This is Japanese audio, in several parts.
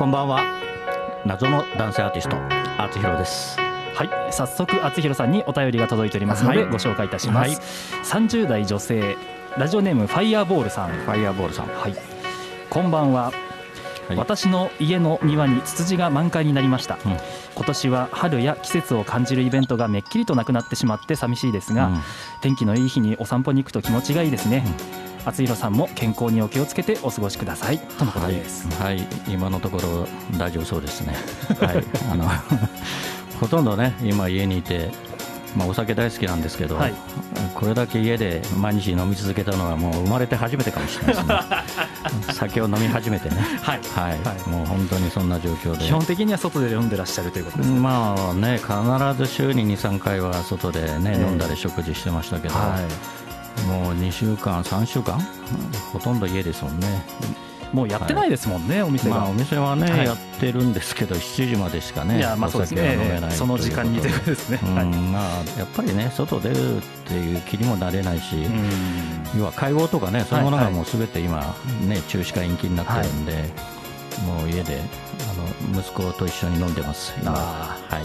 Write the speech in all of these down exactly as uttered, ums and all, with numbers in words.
こんばんは。謎の男性アーティストあつひろです。 はい、早速あつひろさんにお便りが届いておりますので、はい、ご紹介いたします、はい、さんじゅう代女性、ラジオネームファイヤーボールさん。 ファイヤーボールさん、 はい、こんばんは、はい、私の家の庭にツツジが満開になりました、うん、今年は春や季節を感じるイベントがめっきりとなくなってしまって寂しいですが、うん、天気のいい日にお散歩に行くと気持ちがいいですね、うん、あつひろさんも健康にお気をつけてお過ごしくださいとのことです。 はい、はい、今のところ大丈夫そうですねはい、あのほとんどね今家にいて、まあ、お酒大好きなんですけど、はい、これだけ家で毎日飲み続けたのはもう生まれて初めてかもしれないですね酒を飲み始めてねはい、はいはい、もう本当にそんな状況で基本的には外で飲んでらっしゃるということですね。 まあね、必ず週に にさんかいは外でね、えー、飲んだり食事してましたけど、はい、もうにしゅうかんさんしゅうかんほとんど家ですもんね。 もうやってないですもんね、はい、お店が、 まあ、お店はね、はい、やってるんですけどしちじまでしかね、いや、まあ、そうですね、お酒は飲めない、 その時間にということですね、 うん、はい、まあ、やっぱりね外出るっていう気にもなれないし、要は会合とかねそういうものがもうすべて今、ね、中止か延期になってるんで、はい、もう家であの息子と一緒に飲んでます今。あ、 はい、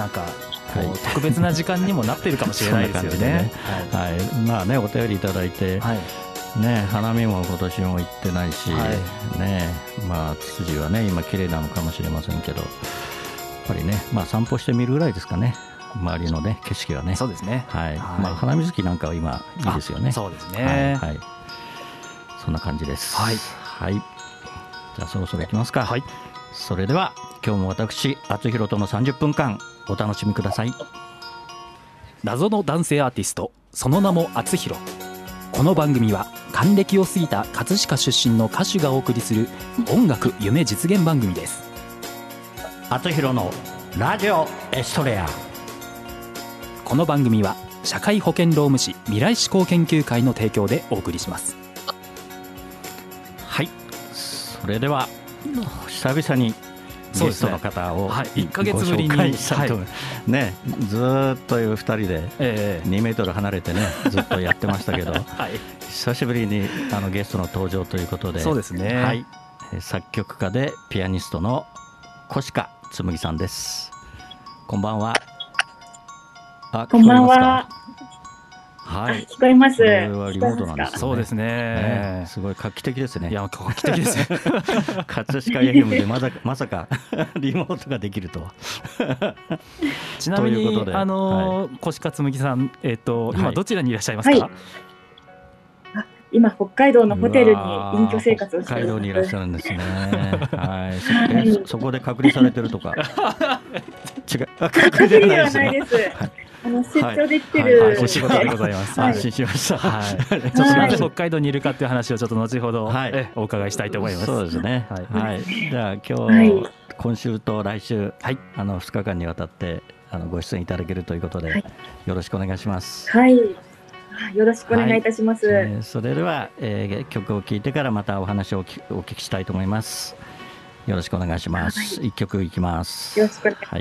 なんかこう、はい、特別な時間にもなってるかもしれないですよねはい、はい、まあね、お便りいただいて、はいね、花見も今年も行ってないし、はいね、まあ、ツツジはね今綺麗なのかもしれませんけど、やっぱりね、まあ、散歩してみるぐらいですかね、周りの、ね、景色はね。 そうですね、 はいはい、まあ、花水木なんかは今いいですよね。 そうですね、 はいはい、そんな感じです。 はい、 はい、じゃあそろそろ行きますか。はい、それでは今日も私あつひろとのさんじゅっぷんかんお楽しみください。 謎の男性アーティスト、その名もあつひろ。この番組は還暦を過ぎた葛飾出身の歌手がお送りする音楽夢実現番組です。 あつひろのラジオエストレア。 この番組は社会保険労務士未来志向研究会の提供でお送りします。 はい、それでは久々にゲストの方をいっかげつぶりにご紹介したいと思います、ね、ずっとふたりでにメートル離れてねずっとやってましたけど、はい、久しぶりにあのゲストの登場ということで、 そうですね、 はい、作曲家でピアニストの越川紬さんです。こんばんは。 あ、こんばんは。 はい、 聞こえます。これはリモートなんですね。 そうですね、 ね、すごい画期的ですね。 いや、画期的ですね葛飾 エフエム でまさか、まさかリモートができるとはちなみにあの、はい、越川紬さん、えーと、今どちらにいらっしゃいますか？はい、 あ、今北海道のホテルに隠居生活をしています。 北海道にいらっしゃるんですねはい、そ, はい、そこで隔離されてるとか違う、 隔離ではないです、はい、あの出張できてる、 はいはい、お仕事でございます、 はい、安心しました、 はい、ちょっとなぜ北海道にいるかっていう話をちょっと後ほど、はい、えお伺いしたいと思います。 そうですね、はいはい、じゃあ今日、はい、今週と来週、はい、あのふつかかんにわたってあのご出演いただけるということで、はい、よろしくお願いします。 はい、よろしくお願いいたします。はい、えー、それでは、えー、曲を聴いてからまたお話をお聞きしたいと思います。よろしくお願いします。はい、いっきょくいきます。 よろしくお願いします。 はい、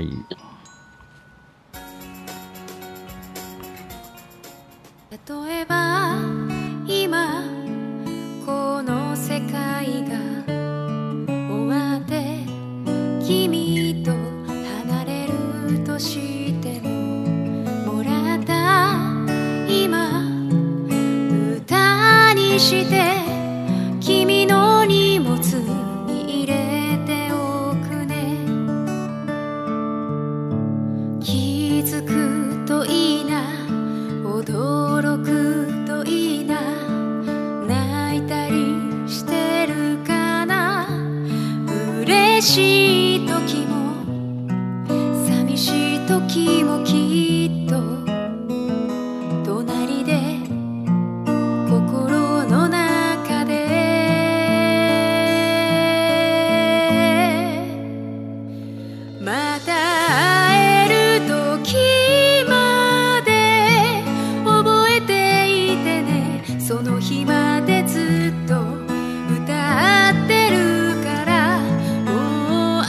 例えば今この世界が終わって君と離れるとしても、もらった今歌にして君の荷物に入れておくね。気づくといいな、驚くといいな、泣いたりしてるかな。嬉しい時も寂しい時もきっと隣で心の中でまた会える時その日までずっと歌ってるから、もう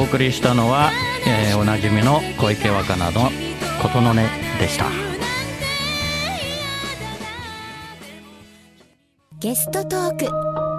お送りしたのは、えー、おなじみの小池若菜の琴の音でした。 ゲストトーク。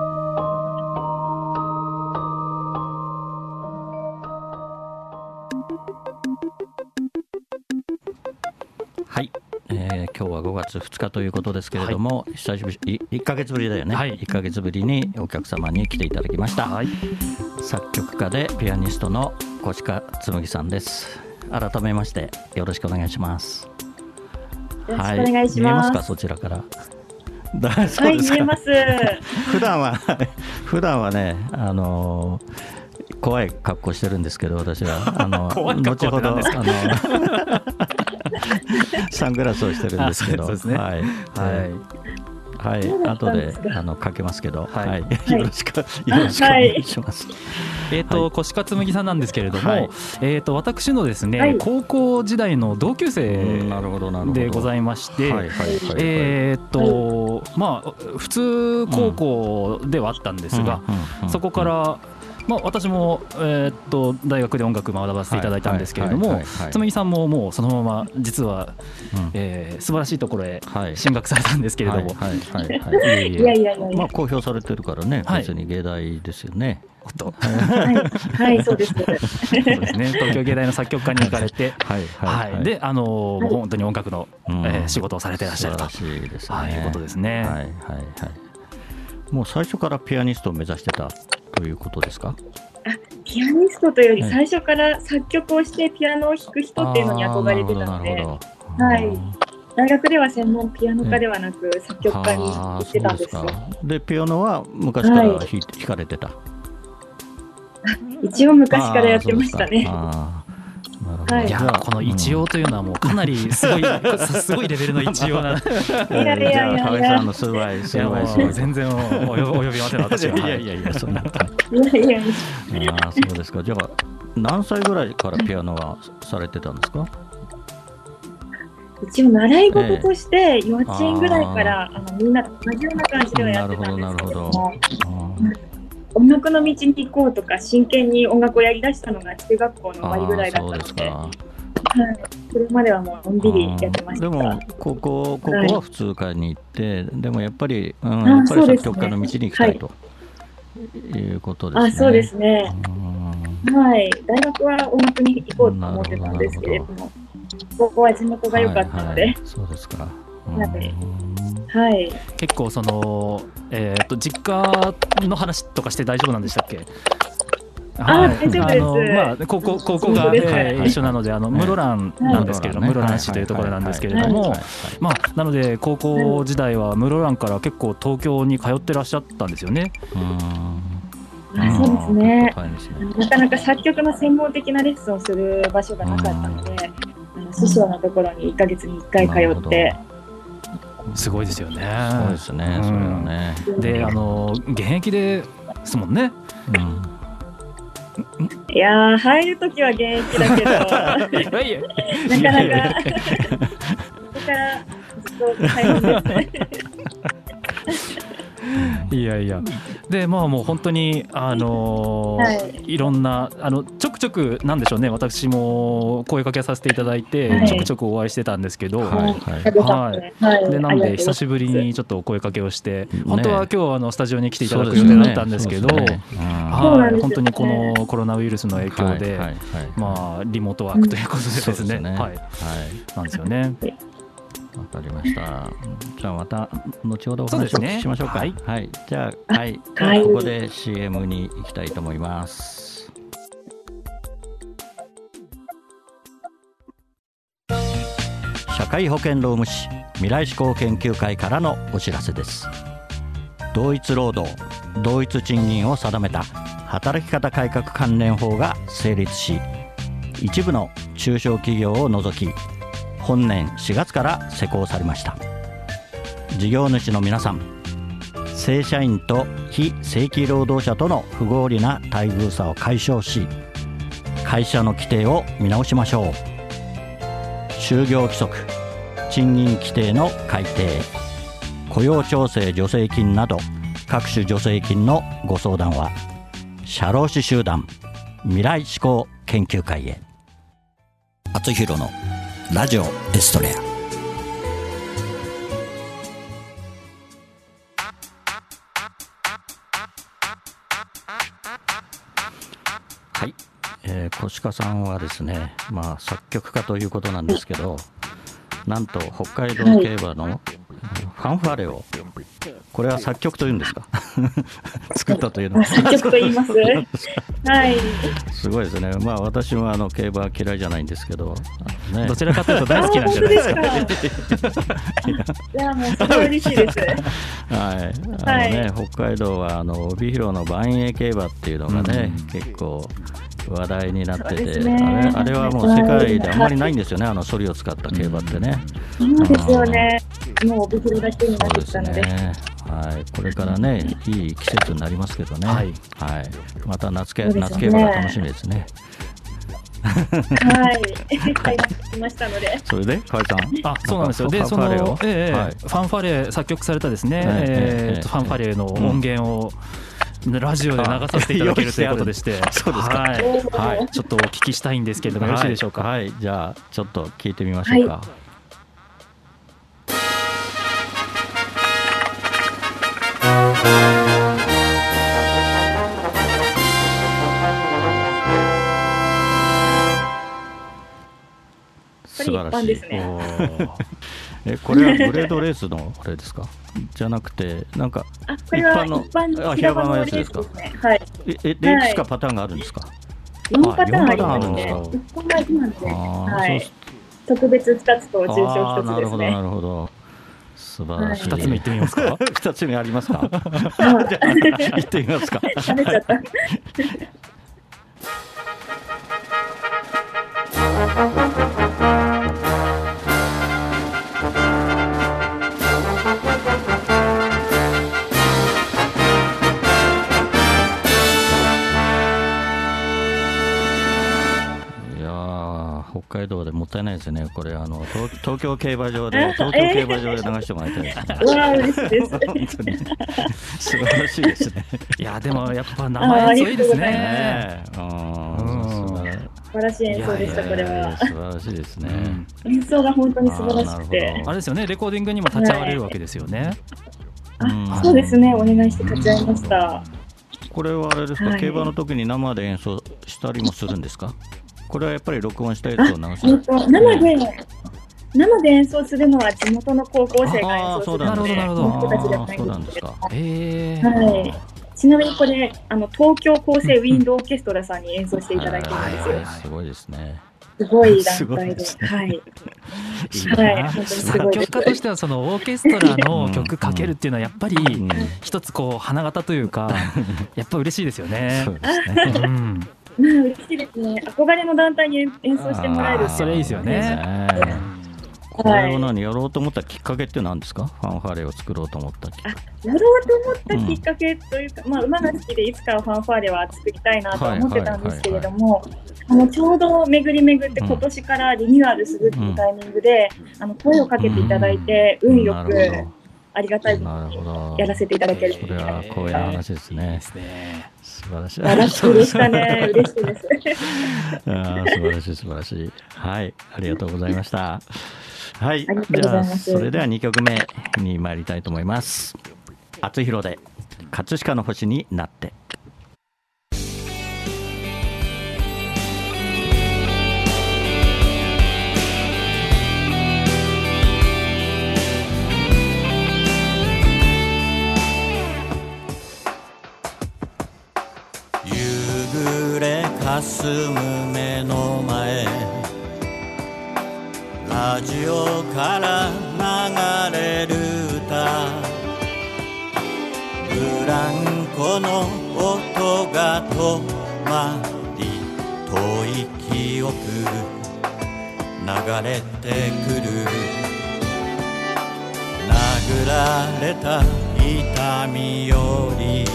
はい、えー、今日はごがつふつかということですけれども、はい、久しぶりいっかげつぶりだよね、はい、いっかげつぶりにお客様に来ていただきました、はい、作曲家でピアニストの越川紬さんです。改めましてよろしくお願いします。 よろしくお願いします、はい、 見えますか、そちらから。 はい、見えます。 普段は普段はね、あのー、怖い格好してるんですけど、私はあの後ほどあのサングラスをしてるんですけど、そうですね、はい、はい、はい、後であのかけますけど、はい、はい、よろしく、よろしくお願いします。はい、 えーと、越川紬さんなんですけれども、はい、えーと、私のですね、はい、高校時代の同級生でございまして、えーと、まあ普通高校ではあったんですが、そこからまあ、私も、えー、っと大学で音楽学ばせていただいたんですけれども、紬さんももうそのまま実は、うんえー、素晴らししいところへ進学されたんですけれども、 いやいやいや、 まあ公表されてるからね、別に芸大ですよね。 はい、はい、そうです。そうですね。東京芸大の作曲家に行かれて、はいはいはい、で、あのー、本当に音楽の、えー、仕事をされていらっしゃると、 素晴らしいですね。 はい、いうことですね。はいはいはい。 もう最初からピアニストを目指してたということですか？ あ、ピアニストというより最初から作曲をしてピアノを弾く人っていうのに憧れてたので、はい、大学では専門ピアノ科ではなく作曲家に行ってたんですよ。 で、ピアノは昔から弾、はい、弾かれてた？ 一応昔からやってましたね。 いやこの一応というのはもうかなりすごいすごいレベルの一応な。いやいやいやいや。 河合さんの数倍数倍数倍。 全然及びません私は。 いやいやいやそんな。 いやいやいや。ああそうですか。じゃあ何歳ぐらいからピアノはされてたんですか？ 一応習い事として幼稚園ぐらいからあのみんなと同じような感じではやってたんですけども。音楽の道に行こうとか真剣に音楽をやりだしたのが中学校の終わりぐらいだったので、はい、それまではもうのんびりやってました。 でもここここは普通科に行って、はい、でもやっぱり、うん、やっぱり作曲家の道に行きたいと、ね、いうことですね。 あ、そうですね。はい、大学は音楽に行こうと思ってたんですけれども、ここは地元が良かったので、はいはい、 そうですか。 はい、 結構その、えー、と実家の話とかして大丈夫なんでしたっけ？ はい、大丈夫です。あの、 まあ、高校、高校が、えー、一緒なのであの室蘭なんですけれども、室蘭市というところなんですけれども、まあなので高校時代は室蘭から結構東京に通ってらっしゃったんですよね。 あ、そうですね。なかなか作曲の専門的なレッスンをする場所がなかったので、師匠のところにいっかげつにいっかい通って。 すごいですよね。 そうですね。それはね。 で、あの現役ですもんね。 うん、いやー、入るときは現役だけど、なかなかそこからずっと大変ですね。 いやいや、でまあもう本当にあのーはい、いろんなあのちょくちょくなんでしょうね、私も声かけさせていただいて、はい、ちょくちょくお会いしてたんですけど、はいはいはい、でなんで久しぶりにちょっとお声かけをして、ね、本当は今日あのスタジオに来ていただく予定だったんですけど、はい本当にこのコロナウイルスの影響で、はいはいはい、まあリモートワークということでですね、うん、はい、はい、なんですよね。 わかりました。じゃあまた後ほどお話をしましょうか。うね、はい、はい、じゃあ、はい、じゃあここで シーエム に行きたいと思います。社会保険労務士未来志向研究会からのお知らせです。同一労働同一賃金を定めた働き方改革関連法が成立し、一部の中小企業を除き本年しがつから施行されました。事業主の皆さん、正社員と非正規労働者との不合理な待遇差を解消し、会社の規定を見直しましょう。就業規則、賃金規定の改定、雇用調整助成金など各種助成金のご相談は社労士集団未来志向研究会へ。厚弘のラジオエストレア。はい、えー、小鹿さんはですね、まあ、作曲家ということなんですけど、なんと北海道競馬のファンファーレを、これは作曲というんですか作ったというのは作曲と言いますはい、 すごいですね。まあ私もあの競馬は嫌いじゃないんですけど、 ね、どちらかというと大好きなんじゃないですかいやもうすごい嬉しいですはい、 あのね、はい、北海道はあの帯広の万栄競馬っていうのがね、うん、結構話題になってて、ね、あれ、あれはもう世界であんまりないんですよね、あのソリを使った競馬ってね。 そうですよね、もう帯広だけになってきたので、そうですね、 はい、これからね、いい季節になりますけどね、はいはい、また 夏, け、ね、夏競馬が楽しみですね。 はい、買いまましたので。 それで河合さん、 あ、そうなんですよ。で、その、えーはい、ファンファレ作曲されたですね、えーえー、ファンファレの音源を、うん、ラジオで流させていただけるということでして、そうですか、はいはい、ちょっとお聞きしたいんですけれども、よろしいでしょうか。 はい、はい、じゃあちょっと聞いてみましょうか。はい、素晴らしいですね。え、これはブレードレースのあれですか？じゃなくて、なんか一般のあ平場のやつですか？ はい。 え、え、いくつかパターンがあるんですか？ よんパターンありますね。 あ、よんパターンあるんですか？ いっぽんだけなんで、はい。特別ふたつと重賞ひとつですね。 なるほどなるほど。素晴らしい。 ふたつめいってみますか？ ふたつめありますか？じゃあ行ってみますか。 食べちゃった。 北海道でもったいないですね。これあの 東, 東京競馬場で東京競馬場で流してもらいたいですね。 わあ嬉しいです。 本当に素晴らしいですね。 いやでもやっぱ生演奏いいですね。ね、 素晴らしい演奏でした。これは素晴らしいですね。 演奏が本当に素晴らしくて、 あれですよね。レコーディングにも立ち会われるわけですよね。 あ、そうですね。お願いして立ち会いました。 これはあれですか、はい、競馬の時に生で演奏したりもするんですか？これはやっぱり録音したやつを流す、えっと、 生で、生で演奏するのは地元の高校生が演奏するので、 なるほど、 人たちじゃないんですけど、 へー、 はい、ちなみにこれあの東京高生ウィンドオーケストラさんに演奏していただいてるんですよ。 すごいですね。 すごい団体で、はい、はい、本当にすごいです。 作曲家としてはそのオーケストラの曲かけるっていうのはやっぱり一つこう花形というか、やっぱ嬉しいですよね。 そうですね。うん、 まあ、嬉しいですね。憧れの団体に演奏してもらえる。 それいいですよね。 これを何やろうと思ったきっかけって何ですか？ファンファーレを作ろうと思ったきっかけ。 やろうと思ったきっかけというか、うん、まあ馬が好きでいつかはファンファーレは作りたいなと思ってたんですけれども、あのちょうど巡り巡って今年からリニューアルするっていうタイミングで、うん、あの声をかけていただいて、うん、運よくありがたいことにやらせていただける。 それは光栄な話ですね。素晴らしい。 ラッキーでしたね。嬉しいです。 あ、素晴らしい素晴らしい。はい、ありがとうございました。はい、じゃあそれではにきょくめに参りたいと思います。厚弘で葛飾の星になって。夕暮れ霞む目の前、ラジオから流れる歌、ブランコの音が止まり、遠い記憶流れてくる、殴られた痛みより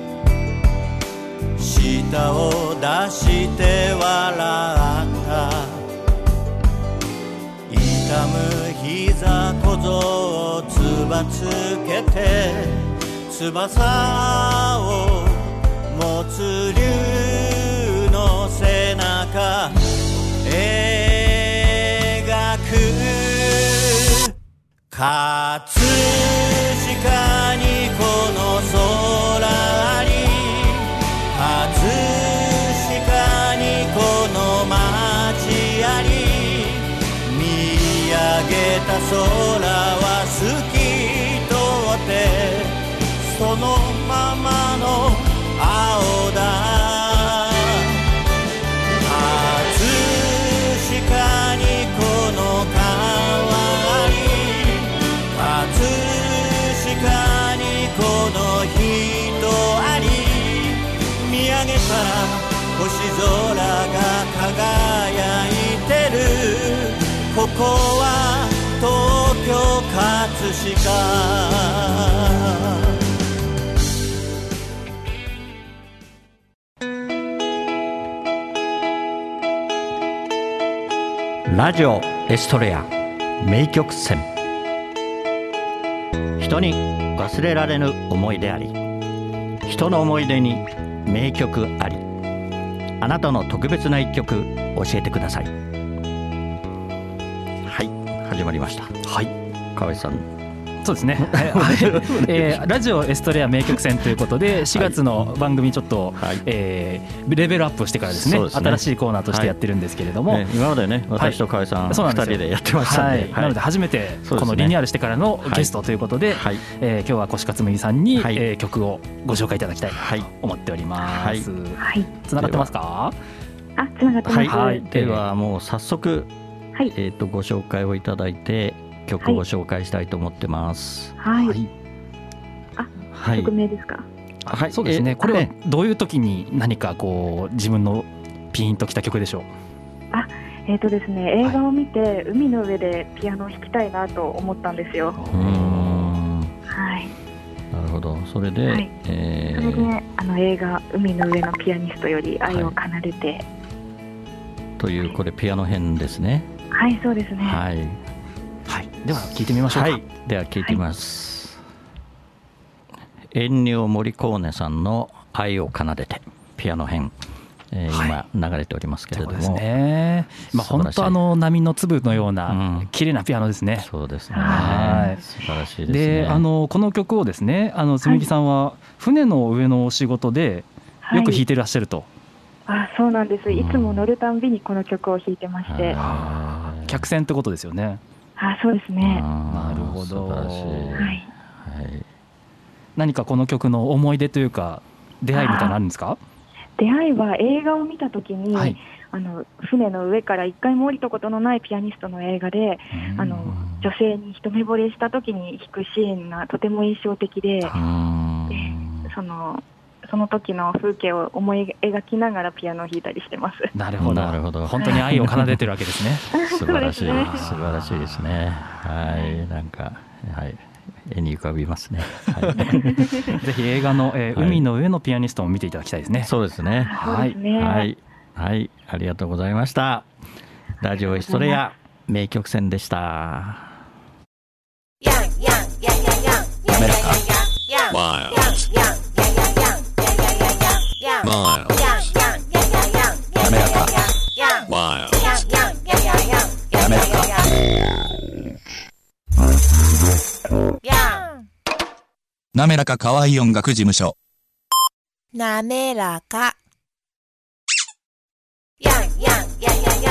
舌を出して笑った痛む膝小僧つばつけて翼を持つ竜の葛飾にこの空あり、葛飾にこの街あり、見上げた空は透き通ってそのままの青だ。葛飾にこの川あり、葛飾にこの人あり、見上げたら星空が輝いてる。ここは東京葛飾。ラジオエストレア名曲選。人に忘れられぬ思い出あり、人の思い出に名曲あり。あなたの特別な一曲教えてください。はい、始まりました。 はい、 河合さん。 そうですね、えー、ラジオエストレア名曲選ということでしがつの番組ちょっと、はい、えー、レベルアップしてからです ね, ですね新しいコーナーとしてやってるんですけれども、はい、 ね、今までね私と河合さん、はい、ふたりでやってましたの で,、はいはい、 なので初めてこのリニューアルしてからのゲストということで、はい、えー、今日は越勝麦さんに、はい、えー、曲をご紹介いただきたいと思っております。はい、つながってますか？ あ、つながってます、 はい、ではもう早速、はい、えー、とご紹介をいただいて曲を紹介したいと思ってます。 はい。はい、あ、はい、曲名ですか？ はい、そうですね。これはどういう時に何かこう自分のピーンときた曲でしょう？ あ、えっとですね、映画を見て海の上でピアノを弾きたいなと思ったんですよ。うーん。はい。 なるほど。それで、はい、えー、それであの映画海の上のピアニストより愛を奏でて、はい、 というこれピアノ編ですね。 はい、そうですね。 はい。 はい、では聞いてみましょうか。 はい、では聞いてみます。はい、エンニオ・モリコーネさんの愛を奏でてピアノ編、えーはい、今流れておりますけれども、そうですね、まあ、本当あの波の粒のような綺麗なピアノですね。 うん、そうですね、はい、素晴らしいですね。 で、あのこの曲をですね、あの紬さんは船の上のお仕事でよく弾いてらっしゃると。 はい、あ、そうなんです。いつも乗るたんびにこの曲を弾いてまして、 うん、客船ってことですよね。 あ、そうですね。 なるほど。 素晴らしい。はい。 何かこの曲の思い出というか出会いみたいなのあるんですか？ 出会いは映画を見たときに、はい、あの船の上から一回も降りたことのないピアニストの映画で、あの女性に一目惚れしたときに弾くシーンがとても印象的で、でそのその時の風景を思い描きながらピアノを弾いたりしてます。 なるほど、なるほど。本当に愛を奏でてるわけですね。 素晴らしい、ね、素晴らしいですね。はい、なんか、はい、絵に浮かびますね。はい、 ぜひ映画の、えー、海の上のピアニストも見ていただきたいですね。 そうですね。はい、はい、はい、ありがとうございました。ラジオエストレア名曲選でした。 やんやんやんやんやんやんやんやんやんやんやんなめらかかわいい音楽事務所。 なめらか。やんやんやんやんやんやんやんやんやんやんやんやんやん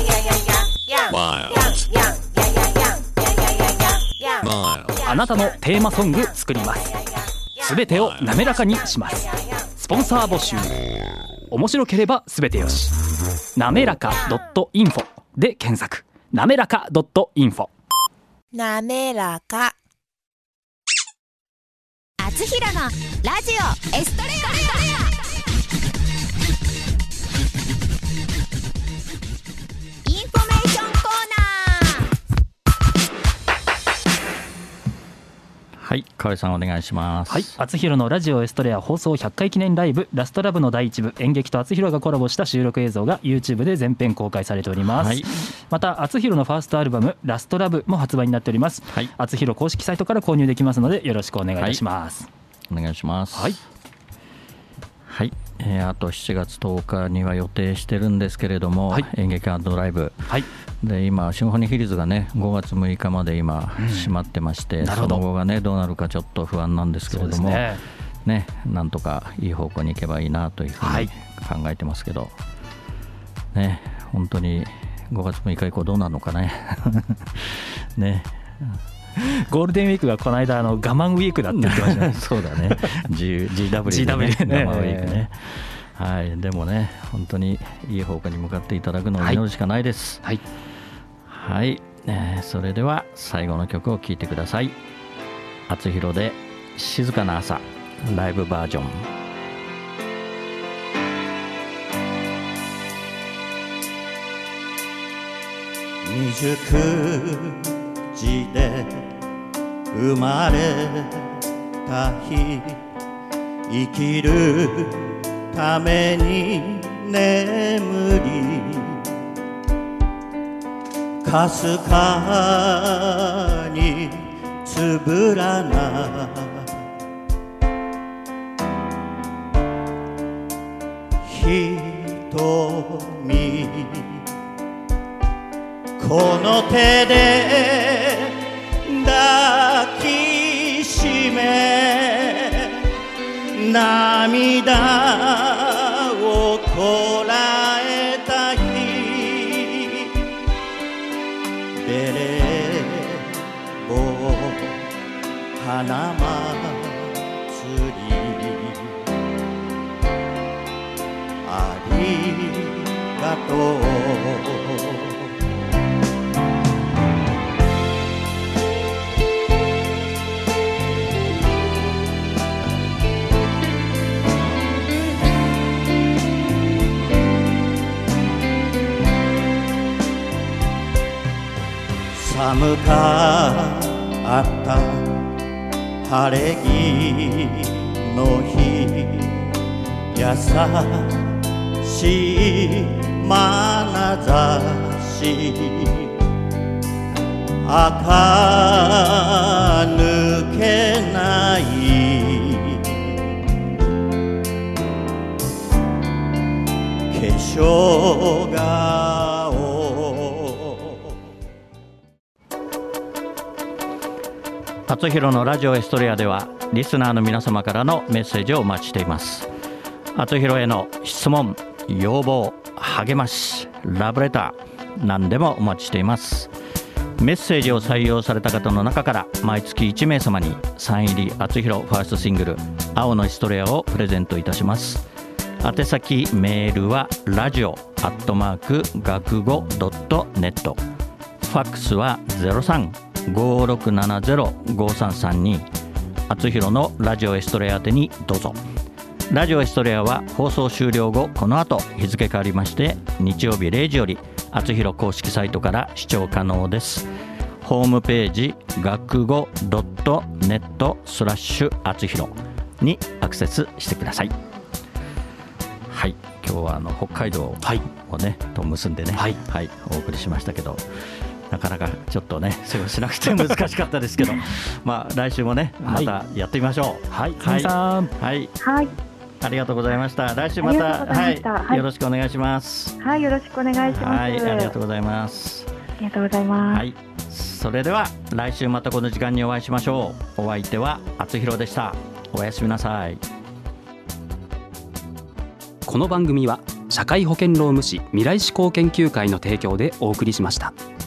やんやん。 あなたのテーマソング作ります。すべてを滑らかにします。スポンサー募集。面白ければすべてよし。なめらか .info で検索。なめらか .info。 なめらか。 あつひろのラジオエストレア。インフォメーションコーナー。 はい、河合さんお願いします。 はい、あつひろのラジオエストレア放送ひゃっかい記念ライブラストラブのだいいち部、演劇とあつひろがコラボした収録映像が YouTube で全編公開されております。はい、またあつひろのファーストアルバムラストラブも発売になっております。はい、あつひろ公式サイトから購入できますのでよろしくお願いいたします。 はい、お願いします。 はい、 はい、えー、あとしちがつとおかには予定してるんですけれども、はい、演劇&ライブ、 はい、 で今シンフォニーヒルズがねごがつむいかまで今閉まってまして、うん、その後がねどうなるかちょっと不安なんですけれども、ねね、なんとかいい方向に行けばいいなというふうに考えてますけど、はい、ね、本当にごがつむいか以降どうなるのかねね、 ゴールデンウィークがこの間あの我慢ウィークだって言ってましたねそうだね ジーダブリュー でね、我慢ウィークね、はい、でもね本当にいい方向に向かっていただくのを祈るしかないです。はい、はい、えー、それでは最後の曲を聴いてください。あつひろで静かな朝ライブバージョン。 未熟児で生まれた日、生きるために眠り、かすかにつぶらな瞳、この手で抱きしめ、涙をこらえた日、ベレー帽花祭り、ありがとう。寒かった晴れ着の日、優しい眼差し、垢抜けない化粧顔、 あつひろのラジオエストレアではリスナーの皆様からのメッセージをお待ちしています。あつひろへの質問、要望、励まし、ラブレター何でもお待ちしています。メッセージを採用された方の中から毎月いちめいさまにサイン入りあつひろファーストシングル青のエストレアをプレゼントいたします。宛先メールはラジオアットマーク学語ドットネット、ファックスはゼロさん ごーろくななゼロ ごさんさんに、あつひろのラジオエストレア宛てにどうぞ。ラジオエストレアは放送終了後この後日付変わりまして日曜日れいじよりあつひろ公式サイトから視聴可能です。ホームページ学語ドットネットスラッシュあつひろにアクセスしてください。はい、今日はあの北海道をね、はい、と結んでね、はいはい、お送りしましたけど、なかなかちょっとねそうしなくて難しかったですけどまあ来週もねまたやってみましょう。はい、 はい、さん、 はい、 はい、 ありがとうございました。来週また、はい、はい、よろしくお願いします。 はい、よろしくお願いします。 はい、ありがとうございます。 ありがとうございます。 はい、それでは来週またこの時間にお会いしましょう。お相手はあつひろでした。おやすみなさい。 この番組は社会保険労務士未来志向研究会の提供でお送りしました。